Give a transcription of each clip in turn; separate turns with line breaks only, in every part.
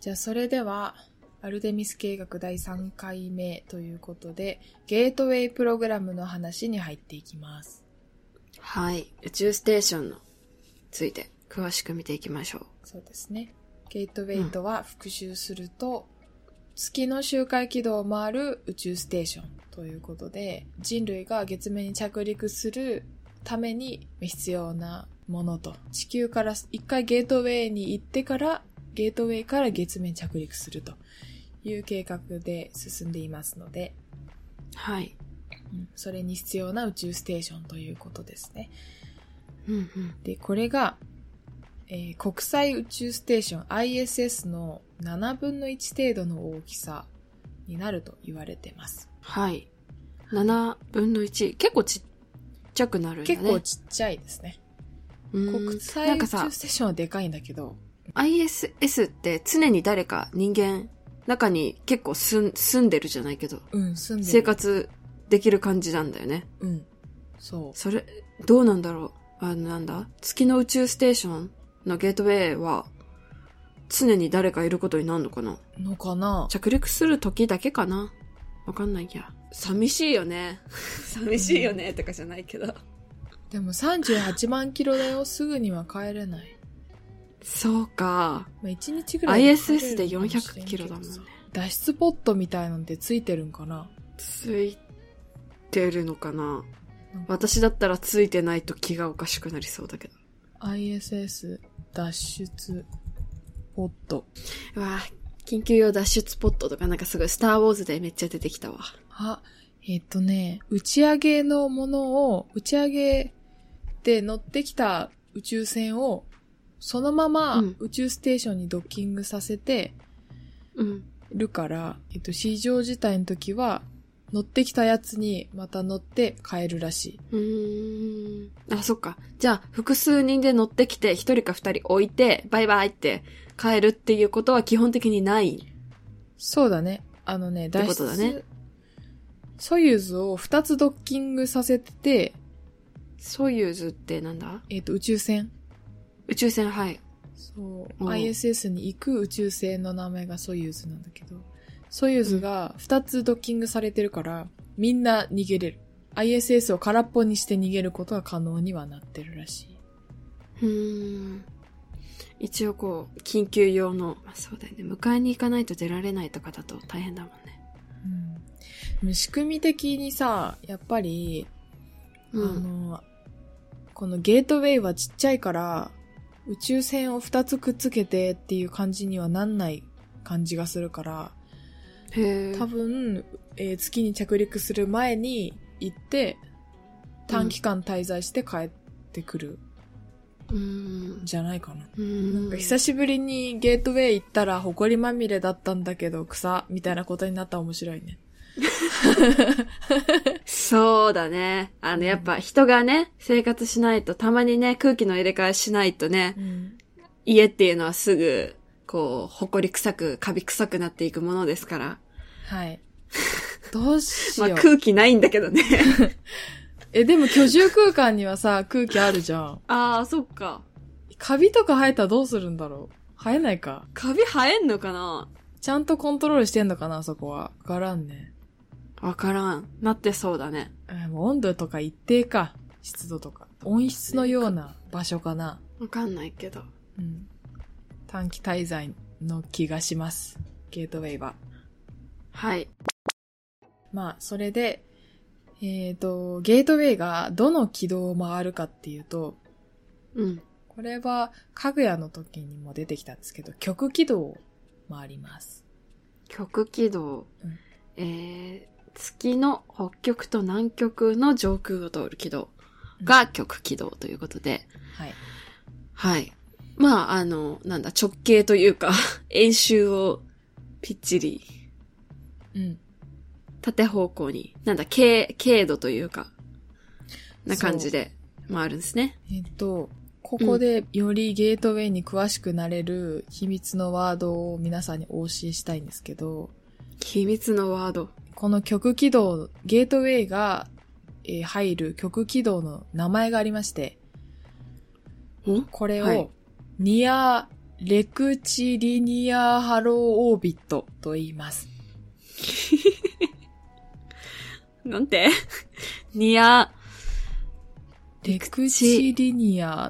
じゃあそれでは、アルテミス計画第3回目ということで、ゲートウェイプログラムの話に入っていきます。
はい。宇宙ステーションについて詳しく見ていきましょう。
そうですね。ゲートウェイとは復習すると、月の周回軌道を回る宇宙ステーションということで、人類が月面に着陸するために必要なものと、地球から一回ゲートウェイに行ってから、ゲートウェイから月面に着陸するという計画で進んでいますので、
はい。
それに必要な宇宙ステーションということですね。
うんうん。
で、これが、国際宇宙ステーション ISS の7分の1程度の大きさになると言われてます。
はい。7分の1。結構ちっちゃくなるんだね。
結構ちっちゃいですね。国際宇宙ステーションはでかいんだけど。
ISS って常に誰か人間、中に結構住んでるじゃないけど。
住んでる。
生活できる感じなんだよね。
そう。
それ、どうなんだろう。なんだ月の宇宙ステーションのゲートウェイは、常に誰かいることになるのかな着陸する時だけかなわかんないや。寂しいよね。寂しいよね、とかじゃないけど。
でも38万キロだよ。すぐには帰れない。
そうか。
まあ、1日ぐらいで帰れる。
ISS で400キロだもんね。
脱出ポットみたいのってついてるんかな？
ついてるのかな？私だったらついてないと気がおかしくなりそうだけど。
ISS 脱出ポット。
うわぁ、緊急用脱出ポットとかなんかすごいスターウォーズでめっちゃ出てきたわ。
打ち上げのものを、打ち上げで乗ってきた宇宙船を、そのまま宇宙ステーションにドッキングさせてるから、非常事態の時は、乗ってきたやつにまた乗って帰るらしい。
あ、そっか。じゃあ、複数人で乗ってきて、一人か二人置いて、バイバイって帰るっていうことは基本的にない。
そうだね。
ってことだね。
ソユーズを2つドッキングさせてて、
ソユーズってなんだ？
宇宙船。
宇宙船、はい。
そう。ISS に行く宇宙船の名前がソユーズなんだけど、ソユーズが2つドッキングされてるから、みんな逃げれる。ISS を空っぽにして逃げることが可能にはなってるらしい。
一応緊急用の、そうだよね。迎えに行かないと出られないとかだと大変だもんね。
仕組み的にさ、やっぱり、このゲートウェイはちっちゃいから、宇宙船を2つくっつけてっていう感じにはなんない感じがするから、多分、月に着陸する前に行って、短期間滞在して帰ってくる。じゃないかな。なんか久しぶりにゲートウェイ行ったら埃まみれだったんだけど草みたいなことになったら面白いね。
そうだね。やっぱ人がね、生活しないとたまにね、空気の入れ替えしないとね、家っていうのはすぐ、埃臭く、カビ臭くなっていくものですから。
はい。どうしよう。
空気ないんだけどね。
でも居住空間にはさ、空気あるじゃん。
ああ、そっか。
カビとか生えたらどうするんだろう？生えないか。
カビ生えんのかな？
ちゃんとコントロールしてんのかな、そこは。わからんね。
わからん。なってそうだね。
もう温度とか一定か。湿度とか。温室のような場所かな。
わかんないけど。
短期滞在の気がします。ゲートウェイは。
はい。
それで、ゲートウェイがどの軌道を回るかっていうと、これは、かぐやの時にも出てきたんですけど、極軌道を回ります。
極軌道。月の北極と南極の上空を通る軌道が極軌道ということで。
はい。
はい。なんだ、直径というか、円周をぴっちり。縦方向に、経度というか、な感じで回るんですね。
ここでよりゲートウェイに詳しくなれる秘密のワードを皆さんにお教えしたいんですけど。
秘密のワード。
この極軌道、ゲートウェイが、入る極軌道の名前がありまして、これを、ニアレクチリニアハローオービットと言います。
なんてレ
クチリニア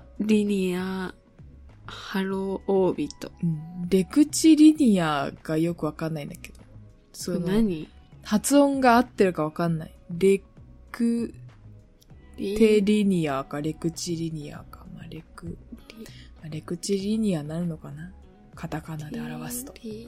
ハローオービット。
レクチリニアがよくわかんないんだけど。
何？
発音が合ってるかわかんない。レクテリニアかレクチリニアか。レクチリニアになるのかな？カタカナで表すと。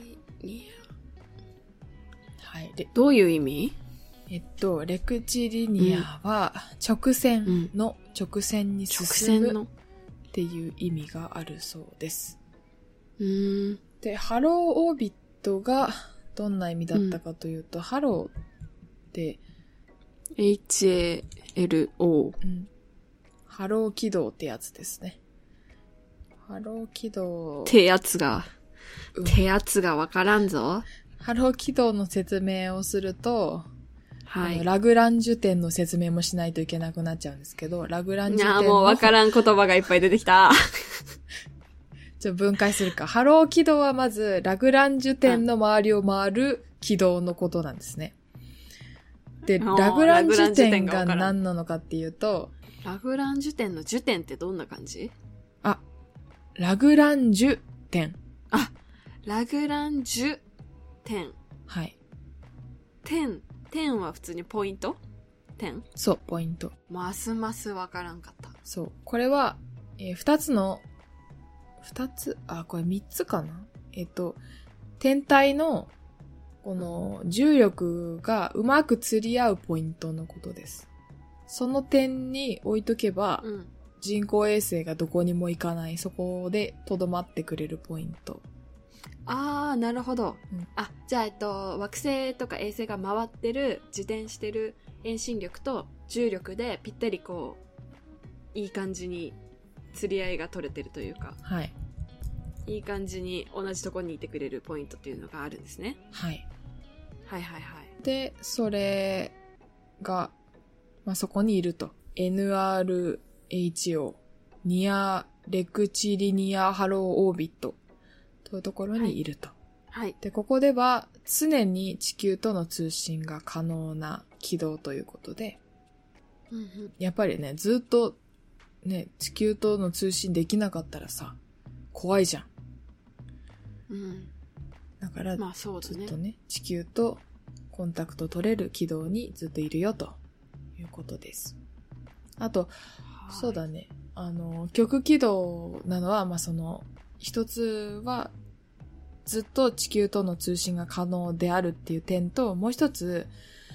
はい。
どういう意味？
レクチリニアは直線の直線に進むっていう意味があるそうです。で、ハローオービットがどんな意味だったかというと、ハローって、
HALO、
ハロー軌道ってやつですね。ハロー軌道。
手圧がわからんぞ。
ハロー軌道の説明をすると、
はい。
ラグランジュ点の説明もしないといけなくなっちゃうんですけど、ラグランジュ点の。
もうわからん言葉がいっぱい出てきた。
分解するか。ハロー軌道はまず、ラグランジュ点の周りを回る軌道のことなんですね。で、ラグランジュ点が何なのかっていうと、
ラグランジュ点のジュ点ってどんな感じ？
ラグランジュ点。
ラグランジュ点。
はい。
点は普通にポイント？点？
そう、ポイント。
ますますわからんかった。
そう。これは、これ3つかな？天体の、この重力がうまく釣り合うポイントのことです。その点に置いとけば、人工衛星がどこにも行かない、そこで留まってくれるポイント。
なるほど。じゃあ、惑星とか衛星が回ってる、自転してる遠心力と重力でぴったりいい感じに釣り合いが取れてるというか。
はい。
いい感じに同じとこにいてくれるポイントっていうのがあるんですね。
はい。
はいはいはい。
で、それが、そこにいると。NRHO、ニアレクチリニアハローオービットというところにいると。
はい。
で、ここでは常に地球との通信が可能な軌道ということで、やっぱりね、ずっとね、地球との通信できなかったらさ、怖いじゃん。だから、
そうだね、
ずっとね、地球とコンタクト取れる軌道にずっといるよということです。あと、そうだね、極軌道なのは、一つは、ずっと地球との通信が可能であるっていう点と、もう一つ、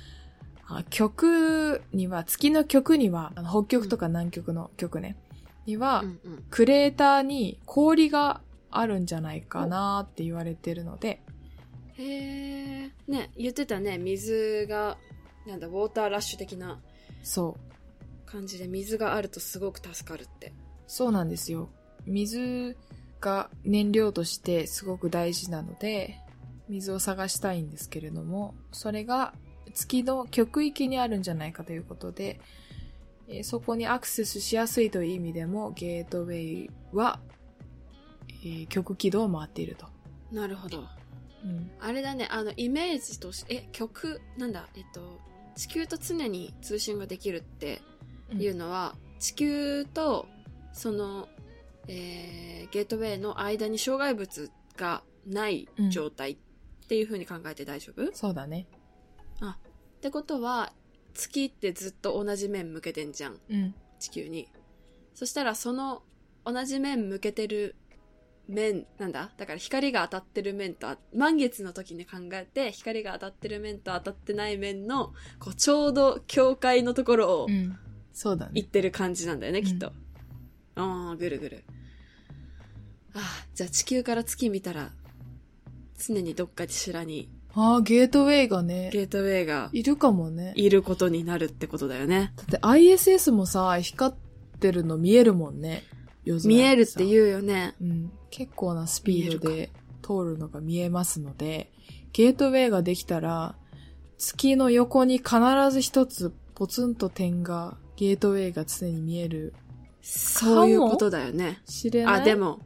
月の極には、北極とか南極の極ね、には、クレーターに氷があるんじゃないかなって言われてるので。
へー。ね、言ってたね、水が、ウォーターラッシュ的な。
そう。
感じで水があるとすごく助かるって。
そうなんですよ。水が燃料としてすごく大事なので、水を探したいんですけれども、それが月の極域にあるんじゃないかということで、そこにアクセスしやすいという意味でも、ゲートウェイは、極軌道を回っていると。
なるほど。あれだね、イメージとして、地球と常に通信ができるっていうのは、地球とその、ゲートウェイの間に障害物がない状態っていう風に考えて大丈夫？
そうだね。
ってことは、月ってずっと同じ面向けてんじゃん。地球に。そしたらその同じ面向けてる面、だから光が当たってる面と、満月の時に考えて、光が当たってる面と当たってない面の、ちょうど境界のところを、
そうだね。
行ってる感じなんだよね、きっと。ぐるぐる。じゃあ地球から月見たら、常にどっかしらに、
ゲートウェイがね。
ゲートウェイが。
いるかもね。
いることになるってことだよね。
だって ISS もさ、光ってるの見えるもんね。
見えるって言うよね。
結構なスピードで通るのが見えますので、ゲートウェイができたら、月の横に必ず一つポツンと点が、ゲートウェイが常に見える。
そういうことだよね。
知れない。
でも、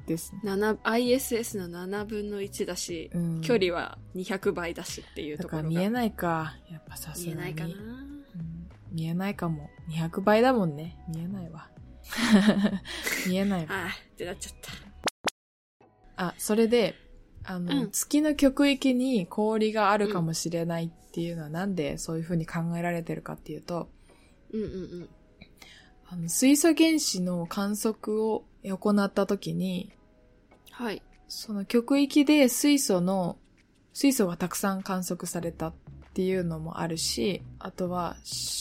ですね。
ISS の7分の1だし、距離は200倍だしっていうところが。
だから見えないか。やっぱさすがに。
見えないかな、
見えないかも。200倍だもんね。見えないわ。見えないわ。
ああ、ってなっちゃった。
あ、それで、月の極域に氷があるかもしれないっていうのはなんでそういう風に考えられてるかっていうと、水素原子の観測を行った時に、
はい。
その極域で水素がたくさん観測されたっていうのもあるし、あとは、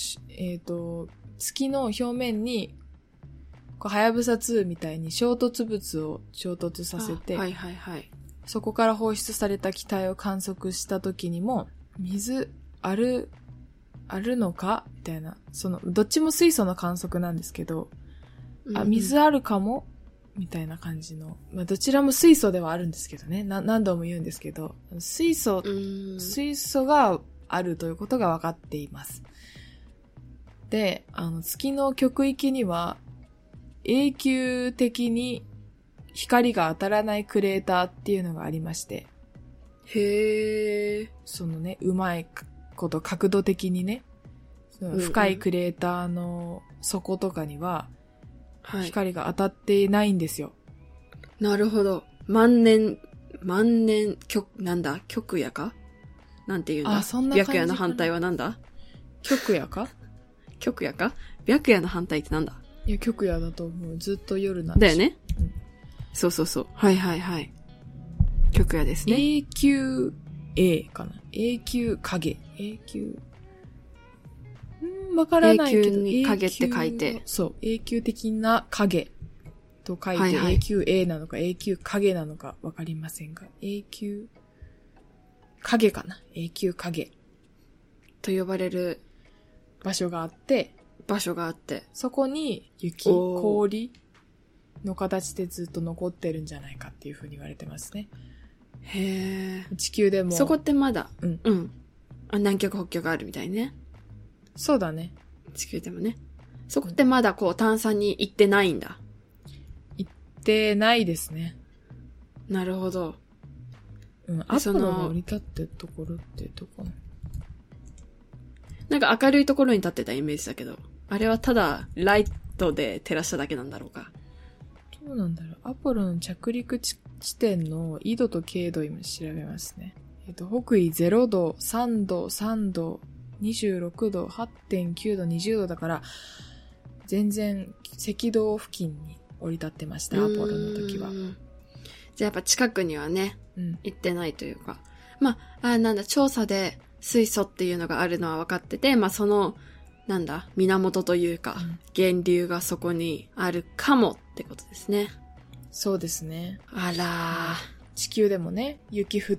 月の表面に、はやぶさ2みたいに衝突物を衝突させて、そこから放出された気体を観測した時にも、水あるのかみたいな。どっちも水素の観測なんですけど、水あるかもみたいな感じの。どちらも水素ではあるんですけどね。何度も言うんですけど、水素があるということが分かっています。で、月の極域には、永久的に光が当たらないクレーターっていうのがありまして。
へー。
うまいこと角度的にね、深いクレーターの底とかには、光が当たっていないんですよ。
なるほど。極夜かなんていうんだ。
そんな感じ。
白夜の反対はなんだ？
極夜か
極夜か白夜の反対ってなんだ？
いや、極夜だと思う。ずっと夜なんで
だよね。そうそうそう。はいはいはい。極夜ですね。
永久 A かな。永久影。永久。わからないけど。
永久に影って書いて。
そう。永久的な影と書いて、永久 A なのか永久影なのかわかりませんが、永久影かな。永久影。
と呼ばれる
場所があって、そこに氷の形でずっと残ってるんじゃないかっていう風に言われてますね。
へー。
地球でも。
そこってまだ、南極北極あるみたいね。
そうだね。
地球でもね。そこってまだ探査に行ってないんだ。
行ってないですね。
なるほど。
アポロが降り立ってるところってどこ？
なんか明るいところに立ってたイメージだけど、あれはただライトで照らしただけなんだろうか。
どうなんだろう。アポロの着陸地点の緯度と経度を今調べますね。北緯0度、3度、3度、26度、8.9 度、20度だから、全然赤道付近に降り立ってました、アポロの時は。
じゃあやっぱ近くにはね、行ってないというか。調査で水素っていうのがあるのは分かってて、源というか、源流がそこにあるかもってことですね。
そうですね。
あら
ー。地球でもね、雪降って、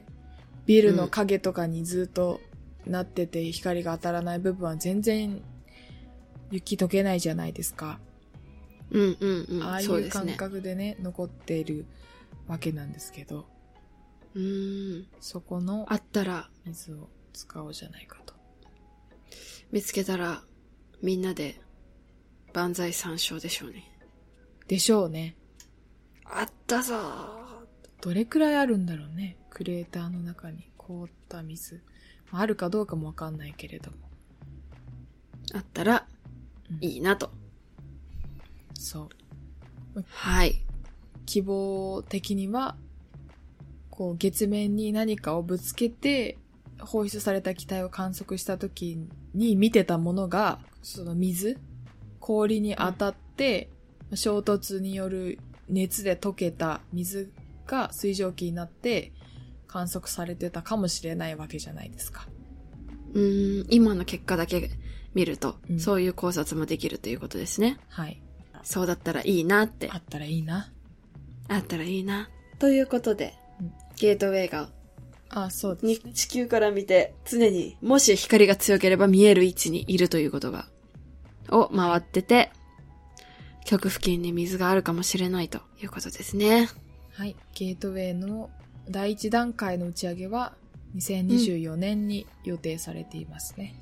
ビルの影とかにずっとなってて、光が当たらない部分は全然雪溶けないじゃないですか。ああいう感覚でね、残っているわけなんですけど。そこの
あったら
水を使おうじゃないかと。
見つけたらみんなで万歳三唱でしょうね。
でしょうね。
あったぞー。
どれくらいあるんだろうね。クレーターの中に凍った水。あるかどうかもわかんないけれども。
あったらいいなと。
そう。
はい。
希望的には月面に何かをぶつけて放出された気体を観測した時に見てたものが、その氷に当たって、衝突による熱で溶けた水が水蒸気になって観測されてたかもしれないわけじゃないですか。
今の結果だけ見ると、そういう考察もできるということですね。
はい。
そうだったらいいなって。
あったらいいな。
あったらいいな。ということで、ゲートウェイが、
そうですね。
地球から見て常にもし光が強ければ見える位置にいるということを回ってて、極付近に水があるかもしれないということですね。
はい。ゲートウェイの第一段階の打ち上げは2024年に予定されていますね。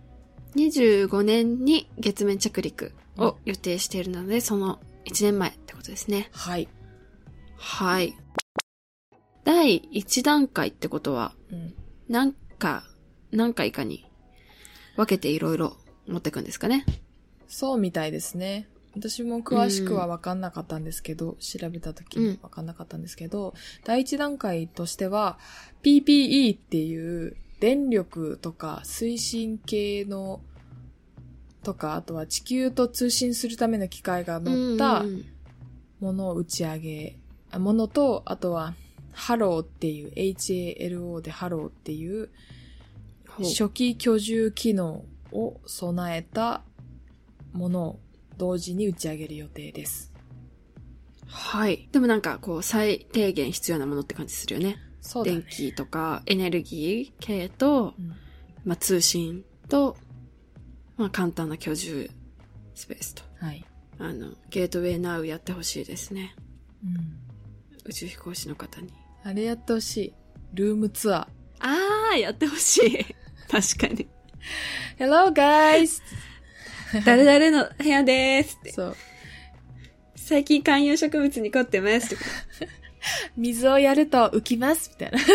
25年に月面着陸を予定しているので、その1年前ってことですね。
はい。
はい。第1段階ってことは、何回かに分けていろいろ持っていくんですかね。
そうみたいですね。私も詳しくは分かんなかったんですけど、調べた時に分かんなかったんですけど、第1段階としては PPE っていう電力とか推進系のとか、あとは地球と通信するための機械が乗ったものを打ち上げ、ものと、あとはハローっていう HALO でハローっていう初期居住機能を備えたものを同時に打ち上げる予定です。
はい。でもなんかこう最低限必要なものって感じするよね。
そうだね。
電気とかエネルギー系と、まあ通信と、まあ簡単な居住スペースと。
はい。
ゲートウェイナウやってほしいですね。宇宙飛行士の方に。
あれやってほしい。ルームツア
ー。やってほしい。確かに。
Hello guys!
誰々の部屋でーすって。
そう。
最近観葉植物に凝ってますって。
水をやると浮きますみたいな。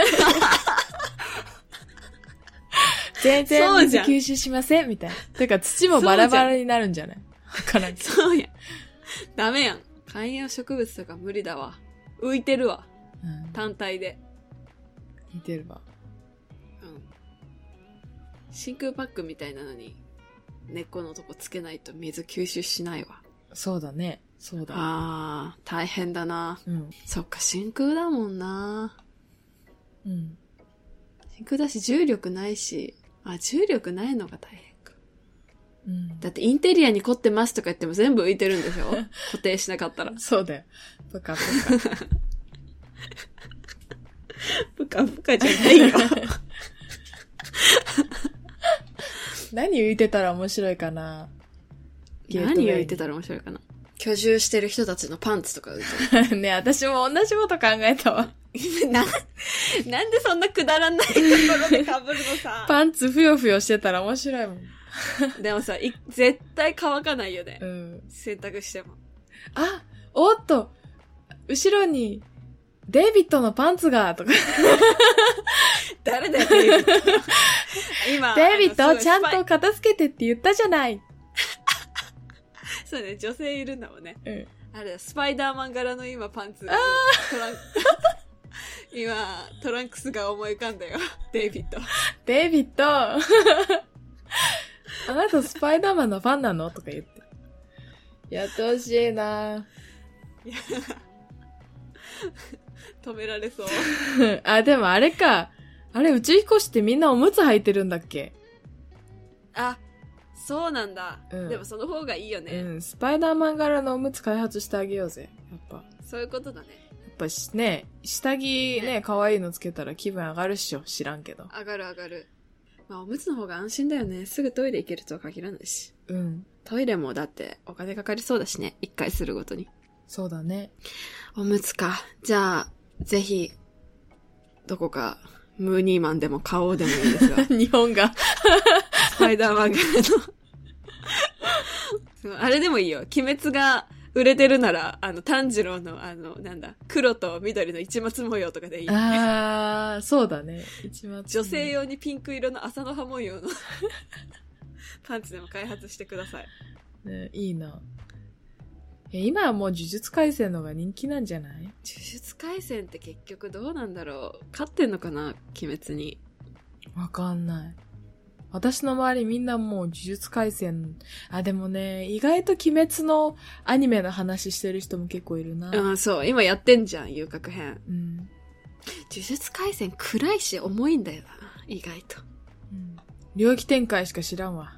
全然水吸収しませんみたいな。てか土もバラバラになるんじゃない？わからんけど。
そうや。ダメやん。観葉植物とか無理だわ。浮いてるわ。単体で。
浮いてるわ。
真空パックみたいなのに根っこのとこつけないと水吸収しないわ。
そうだね。そうだ。
大変だな。そっか、真空だもんな。真空だし重力ないし、重力ないのが大変か。だってインテリアに凝ってますとか言っても全部浮いてるんでしょ固定しなかったら。
そうだよ。ぷかぷか。
ぷかぷかじゃないよ。
何浮いてたら面白いかな。
何浮いてたら面白いかな。居住してる人たちのパンツとか浮いてる。
ね、私も同じこと考えたわ。
なんでそんなくだらないところで被るのさ。
パンツふよふよしてたら面白いもん。
でもさ、絶対乾かないよね。洗濯しても。
おっと、後ろに、デイビッドのパンツが、とか。
誰だよ、デイビッド。今。
デイビッド、ちゃんと片付けてって言ったじゃない。
そうね、女性いるんだもんね。あれだ、スパイダーマン柄の今パンツ。今、トランクスが思い浮かんだよ。デイビッド。
デイビッドあなたスパイダーマンのファンなのとか言って。やってほしいな。
止められそう。
でもあれか。あれ、宇宙飛行士ってみんなおむつ履いてるんだっけ？
そうなんだ。でもその方がいいよね。
スパイダーマン柄のおむつ開発してあげようぜ。やっぱ。
そういうことだね。
やっぱね、下着ね、可愛いのつけたら気分上がるっしょ。知らんけど。
上がる上がる。まあおむつの方が安心だよね。すぐトイレ行けるとは限らないし。トイレもだってお金かかりそうだしね。一回するごとに。
そうだね。お
むつか。じゃあ、ぜひ、どこか、ムーニーマンでも買おうでもいいですが。
日本が。
スパイダーマン柄の。あれでもいいよ。鬼滅が売れてるなら、炭治郎のなんだ、黒と緑の市松模様とかでいい。
そうだね。市松。
女性用にピンク色の麻の葉模様のパンツでも開発してください。
ね、いいな。今はもう呪術廻戦のが人気なんじゃない？
呪術廻戦って結局どうなんだろう。勝ってんのかな、鬼滅に。
わかんない。私の周りみんなもう呪術廻戦、でもね、意外と鬼滅のアニメの話してる人も結構いるな。
そう、今やってんじゃん、遊郭編。呪術廻戦暗いし重いんだよな、意外と。
領域展開しか知らんわ。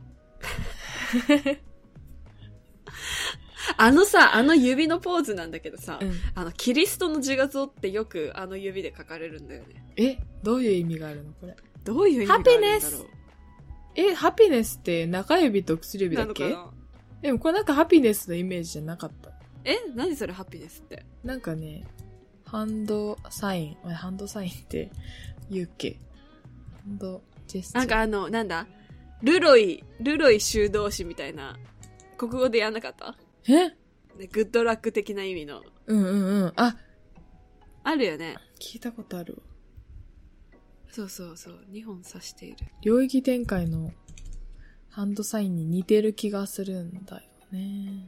指のポーズなんだけどさ、キリストの自画像ってよく指で描かれるんだよね。
どういう意味があるのこれ。
どういう意味があるんだろう。ハピネス。
ハピネスって中指と薬指だっけ？でもこれなんかハピネスのイメージじゃなかった。
何それハピネスって。
なんかね、ハンドサインって言うっけ？ハンドジェスチャー。
なんかなんだルロイ修道士みたいな、国語でやんなかった？ グッドラック的な意味の。
うんうんうん。あ
るよね。
聞いたことあるわ。
そうそうそう。2本指している。
領域展開のハンドサインに似てる気がするんだよね。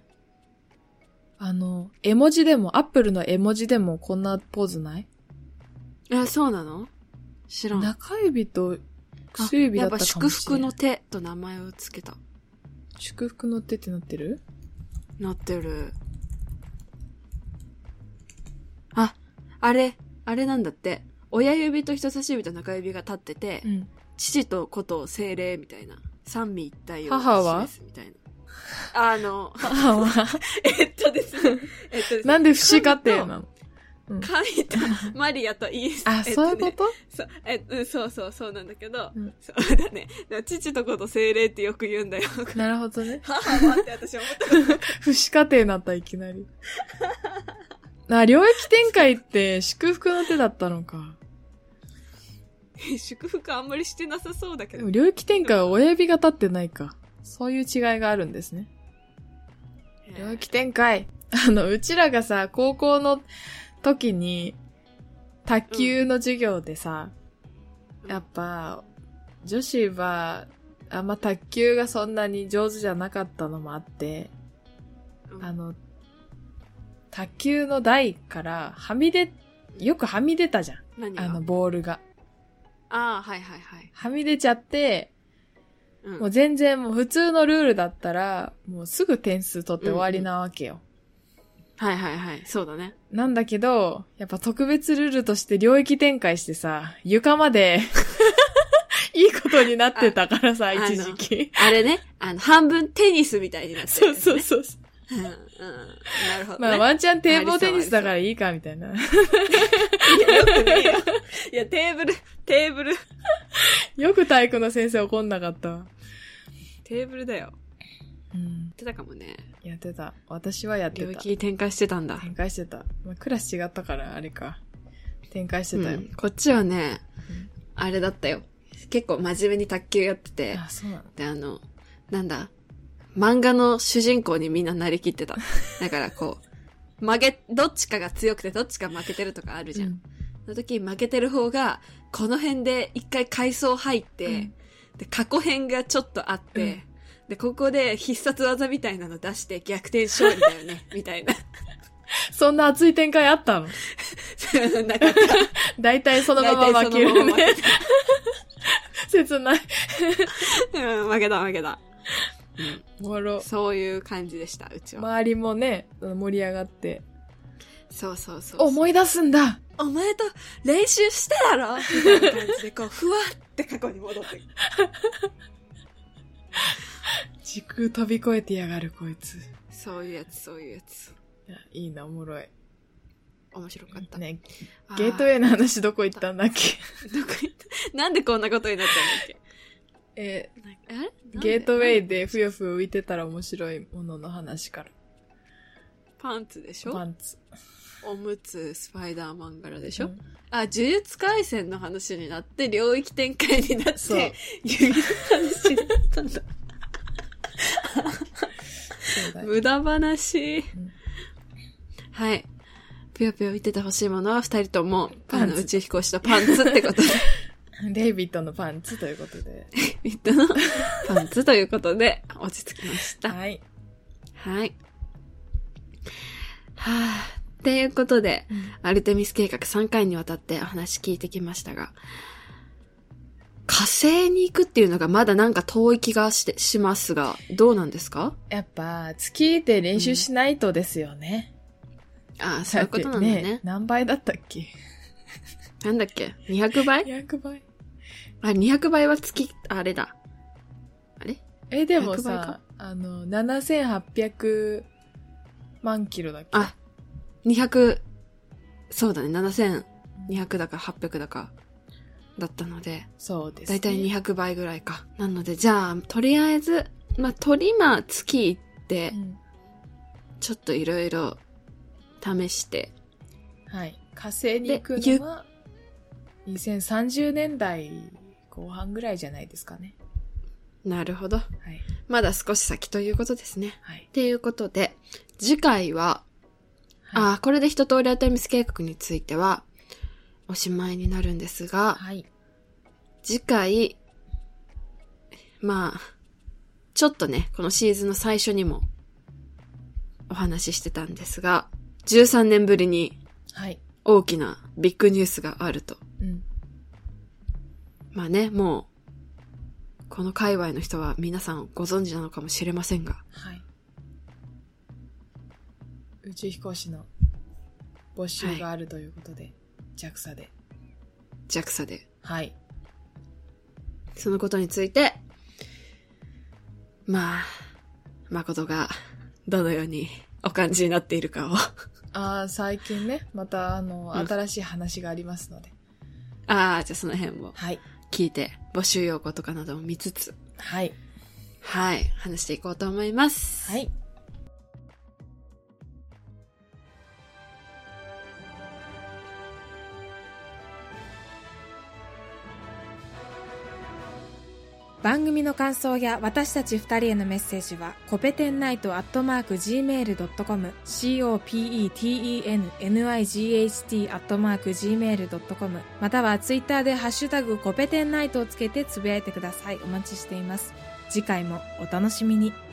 絵文字でも、アップルの絵文字でもこんなポーズない？
そうなの？知らん。
中指と薬指だったかもしれない。
やっぱ祝福の手と名前をつけた。
祝福の手ってなってる？
なってる。あれなんだって。親指と人差し指と中指が立ってて、うん、父と子と精霊みたいな。三位一体を示すみたいな。
母は
ですね。
なんで不死家庭なの？
書いたマリアとイエス。
そういうこと？
そうなんだけど、そうだね。父と子と精霊ってよく言うんだよ。
なるほどね。
母はって私思った。
不死家庭になったいきなり。領域展開って祝福の手だったのか。
祝福あんまりしてなさそうだけど。
でも領域展開は親指が立ってないか。そういう違いがあるんですね。領域展開。うちらがさ、高校の時に、卓球の授業でさ、やっぱ、女子は、あんま卓球がそんなに上手じゃなかったのもあって、卓球の台からよくはみ出たじゃん。
何
ボールが。
はいはいはい。
はみ出ちゃって、もう全然もう普通のルールだったら、もうすぐ点数取って終わりなわけよ。
はいはいはい。そうだね。
なんだけど、やっぱ特別ルールとして領域展開してさ、床までいいことになってたからさ、一時期。
あれね、半分テニスみたいになってる、ね。
そう。
なるほど、ね。
ワンチャンテーブルテニスだからいいか、みたいな。
いや、よくねえよ。いや、テーブル。
よく体育の先生怒んなかったわ。
テーブルだよ。やってたかもね。
やってた。私はやってた。
領域展開してたんだ。
展開してた。クラス違ったから、あれか。展開してたよ。
こっちはね、あれだったよ。結構真面目に卓球やってて。
そうなの？
で、なんだ漫画の主人公にみんななりきってた。だからこう、どっちかが強くてどっちか負けてるとかあるじゃん。その時負けてる方が、この辺で一回階層入って、で、過去編がちょっとあって、で、ここで必殺技みたいなの出して逆転勝利だよね、みたいな。
そんな熱い展開あったの？
なかった。
大体そのまま負けるね。切ない。
負けた。
そ
ういう感じでした、うちは。
周りもね、盛り上がって。
そう。
思い出すんだ！
お前と練習してだろみたいな感じで、こう、ふわって過去に戻ってくる。
時空飛び越えてやがる、こいつ。
そういうやつ。
いいな、おもろい。
面白かった。
ね、ゲートウェイの話どこ行ったんだっけ？
どこ行った？なんでこんなことになったんだっけ？
ゲートウェイでふよふよ浮いてたら面白いものの話から。
パンツでしょ？
パンツ。
おむつ、スパイダーマン柄でしょ？呪術廻戦の話になって、領域展開になって、遊戯の話になったんだ。無駄話。はい。ぴよぴよ言っててほしいものは二人とも、宇宙飛行士とパンツってことで。
デイビッドのパンツということで。
デイビッドのパンツということで、落ち着きました。
はい。
っていうことで、アルテミス計画3回にわたってお話聞いてきましたが、火星に行くっていうのがまだなんか遠い気がしますが、どうなんですか？
やっぱ、月で練習しないとですよね。
そういうことなんだね。
何倍だったっけ？
なんだっけ ?200 倍
?200 倍。
200倍は月、あれだ。あれ？
でもさ、7800万キロだっけ
？200、そうだね、7200だか800だか。だったので、
そうです
ね。だいたい200倍ぐらいか。なので、じゃあ、とりあえず、月行って、ちょっといろいろ試して。
はい。火星に行くのは、2030年代後半ぐらいじゃないですかね。
なるほど。
はい。
まだ少し先ということですね。
はい。
っていうことで、次回は、
はい、
これで一通りアルテミス計画については、おしまいになるんですが、
はい。
次回、まあ、ちょっとね、このシーズンの最初にもお話ししてたんですが、13年ぶりに大きなビッグニュースがあると。
うん、
まあね、もう、この界隈の人は皆さんご存知なのかもしれませんが。
はい。宇宙飛行士の募集があるということで、はい、JAXA で。
JAXA で。
はい。
そのことについて、まあ、誠がどのようにお感じになっているかを。
最近ね、また新しい話がありますので。
じゃあその辺を
はい。
聞いて、募集要項とかなどを見つつ、
はい。
はい、話していこうと思います。
はい。番組の感想や私たち2人へのメッセージはコペテンナイト@gmail.com copetennight@gmail.com またはツイッターでハッシュタグコペテンナイトをつけてつぶやいてください。お待ちしています。次回もお楽しみに。